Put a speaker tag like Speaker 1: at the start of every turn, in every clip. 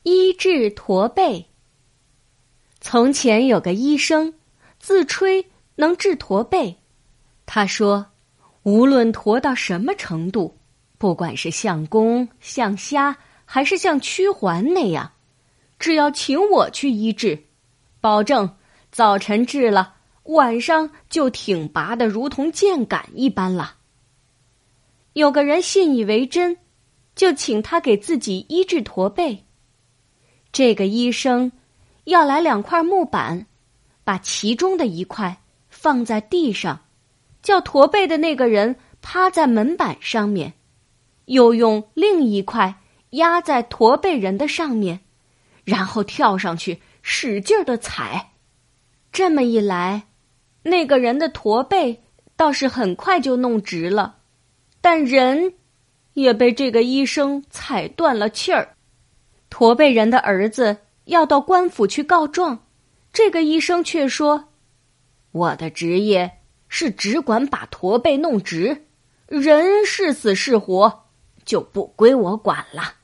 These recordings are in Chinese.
Speaker 1: 医治驼背。从前有个医生，自吹能治驼背。他说，无论驼到什么程度，不管是像弓、像虾，还是像曲环那样，只要请我去医治，保证早晨治了，晚上就挺拔的如同箭杆一般了。有个人信以为真，就请他给自己医治驼背。这个医生要来2块木板，把其中的一块放在地上，叫驼背的那个人趴在门板上面，又用另一块压在驼背人的上面，然后跳上去使劲地踩。这么一来，那个人的驼背倒是很快就弄直了，但人也被这个医生踩断了气儿。驼背人的儿子要到官府去告状，这个医生却说，我的职业是只管把驼背弄直，人是死是活就不归我管了。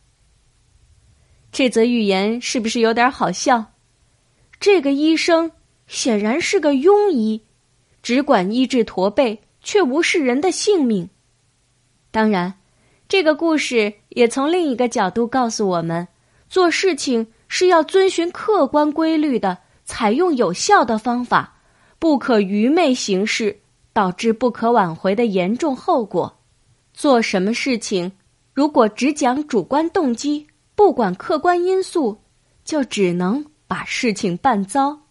Speaker 1: 这则寓言是不是有点好笑？这个医生显然是个庸医，只管医治驼背，却无视人的性命。当然，这个故事也从另一个角度告诉我们，做事情是要遵循客观规律的，采用有效的方法，不可愚昧行事，导致不可挽回的严重后果。做什么事情，如果只讲主观动机，不管客观因素，就只能把事情办糟。